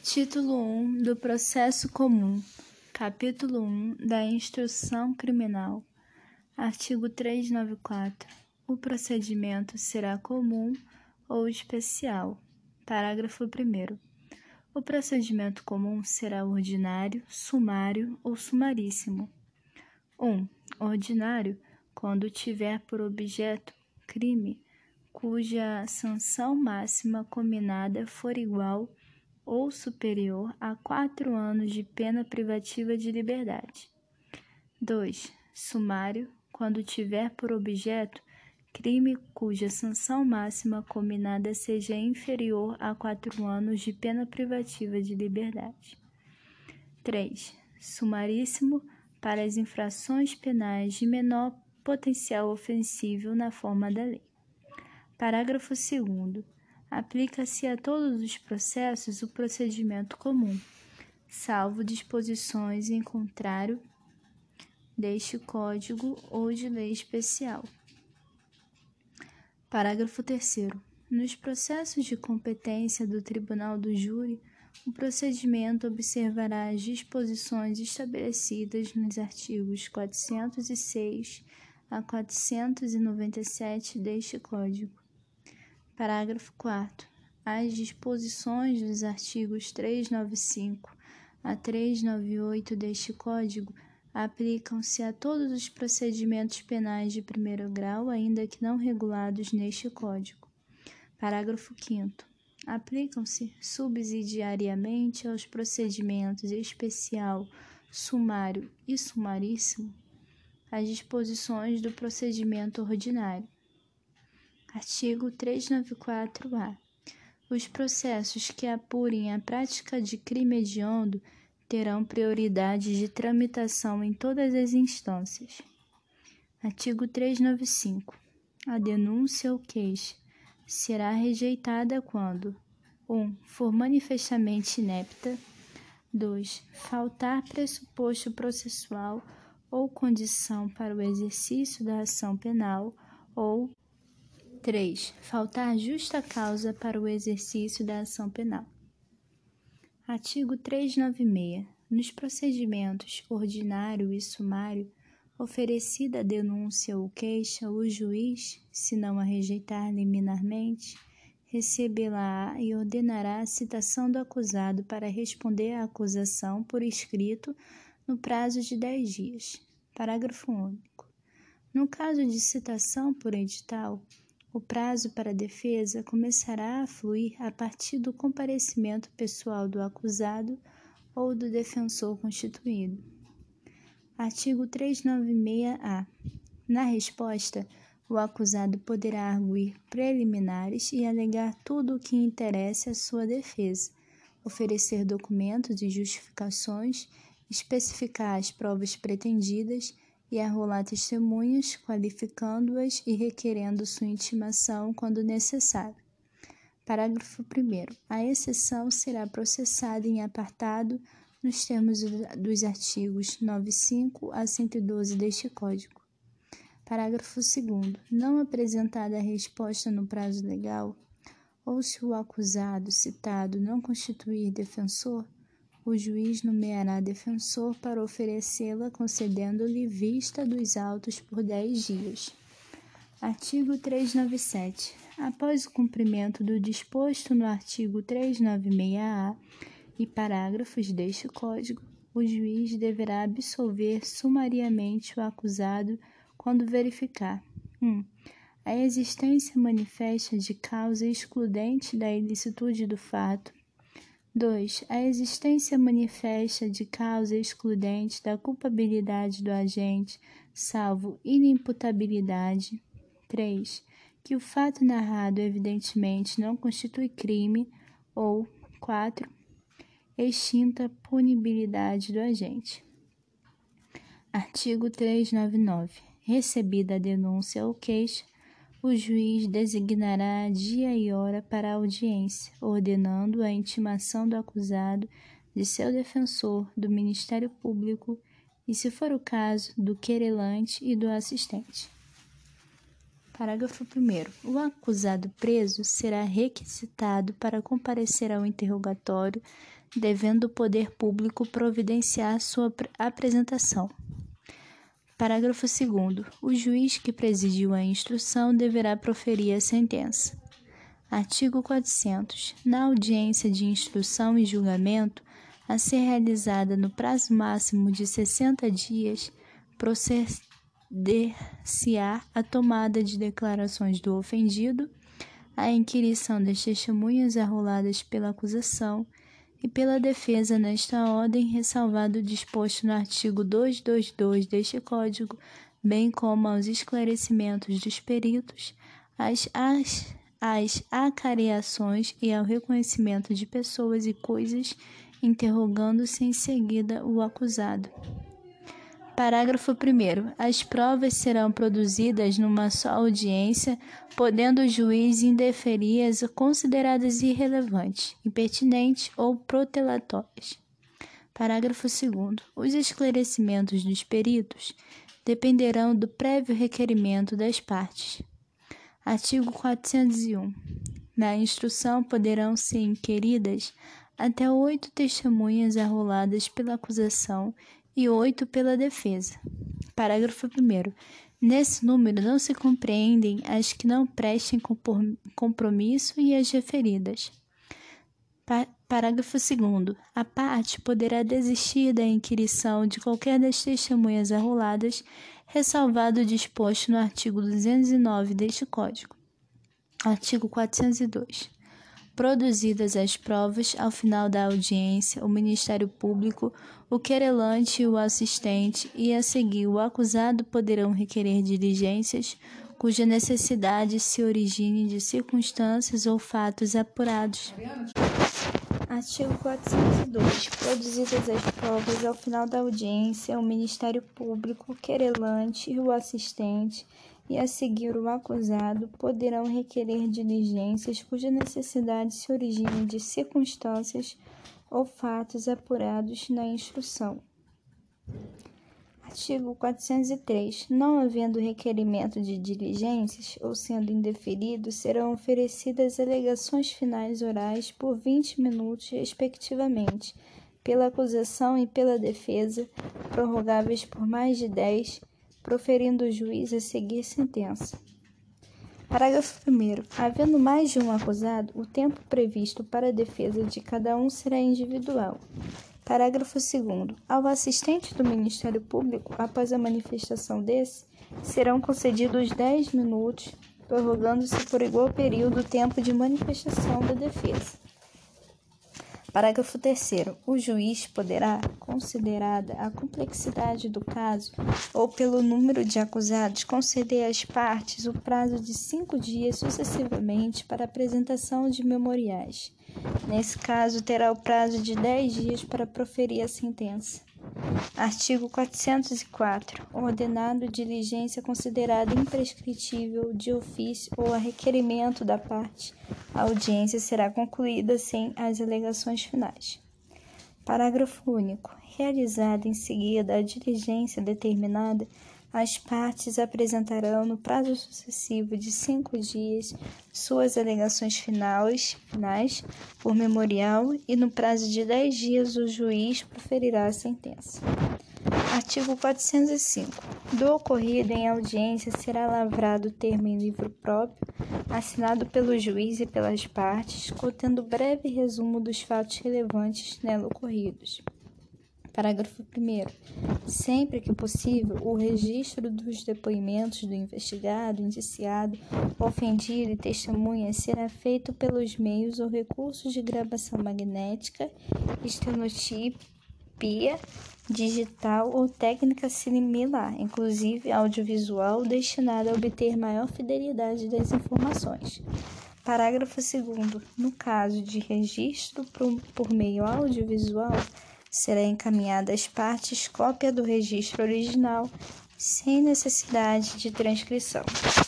Título 1 do Processo Comum, Capítulo 1 da Instrução Criminal, Artigo 394. O procedimento será comum ou especial. Parágrafo 1º. O procedimento comum será ordinário, sumário ou sumaríssimo. 1. Ordinário, quando tiver por objeto crime cuja sanção máxima combinada for igual ou superior a 4 anos de pena privativa de liberdade. 2. Sumário, quando tiver por objeto crime cuja sanção máxima combinada seja inferior a 4 anos de pena privativa de liberdade. 3. Sumaríssimo, para as infrações penais de menor potencial ofensivo na forma da lei. Parágrafo 2º. Aplica-se a todos os processos o procedimento comum, salvo disposições em contrário deste Código ou de lei especial. Parágrafo 3º. Nos processos de competência do Tribunal do Júri, o procedimento observará as disposições estabelecidas nos artigos 406 a 497 deste Código. Parágrafo 4º. As disposições dos artigos 395 a 398 deste Código aplicam-se a todos os procedimentos penais de primeiro grau, ainda que não regulados neste Código. Parágrafo 5º. Aplicam-se subsidiariamente aos procedimentos especial, sumário e sumaríssimo as disposições do procedimento ordinário. Artigo 394-A. Os processos que apurem a prática de crime hediondo terão prioridade de tramitação em todas as instâncias. Artigo 395. A denúncia ou queixa será rejeitada quando 1. For manifestamente inepta. 2. Faltar pressuposto processual ou condição para o exercício da ação penal ou 3. Faltar justa causa para o exercício da ação penal. Artigo 396. Nos procedimentos ordinário e sumário, oferecida a denúncia ou queixa, o juiz, se não a rejeitar liminarmente, recebê-la-á e ordenará a citação do acusado para responder à acusação por escrito no prazo de 10 dias. Parágrafo único. No caso de citação por edital, o prazo para a defesa começará a fluir a partir do comparecimento pessoal do acusado ou do defensor constituído. Artigo 396-A. Na resposta, o acusado poderá arguir preliminares e alegar tudo o que interesse à sua defesa, oferecer documentos e justificações, especificar as provas pretendidas e arrolar testemunhas, qualificando-as e requerendo sua intimação quando necessário. Parágrafo 1º. A exceção será processada em apartado nos termos dos artigos 95 a 112 deste Código. Parágrafo 2º. Não apresentada a resposta no prazo legal, ou se o acusado citado não constituir defensor, o juiz nomeará defensor para oferecê-la, concedendo-lhe vista dos autos por 10 dias. Artigo 397. Após o cumprimento do disposto no artigo 396-A e parágrafos deste Código, o juiz deverá absolver sumariamente o acusado quando verificar 1. A existência manifesta de causa excludente da ilicitude do fato. 2. A existência manifesta de causa excludente da culpabilidade do agente, salvo inimputabilidade. 3. Que o fato narrado evidentemente não constitui crime. Ou 4. Extinta a punibilidade do agente. Artigo 399. Recebida a denúncia ou queixa, o juiz designará dia e hora para a audiência, ordenando a intimação do acusado, de seu defensor, do Ministério Público e, se for o caso, do querelante e do assistente. Parágrafo 1º. O acusado preso será requisitado para comparecer ao interrogatório devendo o poder público providenciar sua apresentação. Parágrafo 2º. O juiz que presidiu a instrução deverá proferir a sentença. Artigo 400. Na audiência de instrução e julgamento, a ser realizada no prazo máximo de 60 dias, proceder-se-á a tomada de declarações do ofendido, a inquirição das testemunhas arroladas pela acusação e pela defesa nesta ordem, ressalvado o disposto no artigo 222 deste Código, bem como aos esclarecimentos dos peritos, às acareações e ao reconhecimento de pessoas e coisas, interrogando-se em seguida o acusado. Parágrafo 1º. As provas serão produzidas numa só audiência, podendo o juiz indeferir as consideradas irrelevantes, impertinentes ou protelatórias. Parágrafo 2º. Os esclarecimentos dos peritos dependerão do prévio requerimento das partes. Artigo 401. Na instrução poderão ser inquiridas até 8 testemunhas arroladas pela acusação e 8 pela defesa. Parágrafo 1º. Nesse número não se compreendem as que não prestem compromisso e as referidas. Parágrafo 2º. A parte poderá desistir da inquirição de qualquer das testemunhas arroladas, ressalvado o disposto no artigo 209 deste Código. Artigo 402. Produzidas as provas, ao final da audiência, o Ministério Público, o querelante e o assistente, e a seguir o acusado poderão requerer diligências cuja necessidade se origine de circunstâncias ou fatos apurados. Artigo 402. Produzidas as provas, ao final da audiência, o Ministério Público, o querelante e o assistente, e a seguir o acusado, poderão requerer diligências cuja necessidade se origine de circunstâncias ou fatos apurados na instrução. Artigo 403. Não havendo requerimento de diligências, ou sendo indeferido, serão oferecidas alegações finais orais por 20 minutos, respectivamente, pela acusação e pela defesa, prorrogáveis por mais de 10, proferindo o juiz a seguir sentença. Parágrafo 1º. Havendo mais de um acusado, o tempo previsto para a defesa de cada um será individual. Parágrafo 2º. Ao assistente do Ministério Público, após a manifestação desse, serão concedidos 10 minutos, prorrogando-se por igual período o tempo de manifestação da defesa. Parágrafo 3º. O juiz poderá, considerada a complexidade do caso ou pelo número de acusados, conceder às partes o prazo de 5 dias sucessivamente para apresentação de memoriais. Nesse caso, terá o prazo de 10 dias para proferir a sentença. Artigo 404. Ordenado diligência considerada imprescritível de ofício ou a requerimento da parte, a audiência será concluída sem as alegações finais. Parágrafo único. Realizada em seguida a diligência determinada, as partes apresentarão no prazo sucessivo de 5 dias suas alegações finais por memorial e no prazo de 10 dias o juiz proferirá a sentença. Artigo 405. Do ocorrido em audiência será lavrado termo em livro próprio, assinado pelo juiz e pelas partes, contendo breve resumo dos fatos relevantes nela ocorridos. Parágrafo 1º. Sempre que possível, o registro dos depoimentos do investigado, indiciado, ofendido e testemunha será feito pelos meios ou recursos de gravação magnética, estenotipia digital ou técnica similar, inclusive audiovisual, destinada a obter maior fidelidade das informações. Parágrafo 2º. No caso de registro por meio audiovisual, será encaminhada às partes cópia do registro original, sem necessidade de transcrição.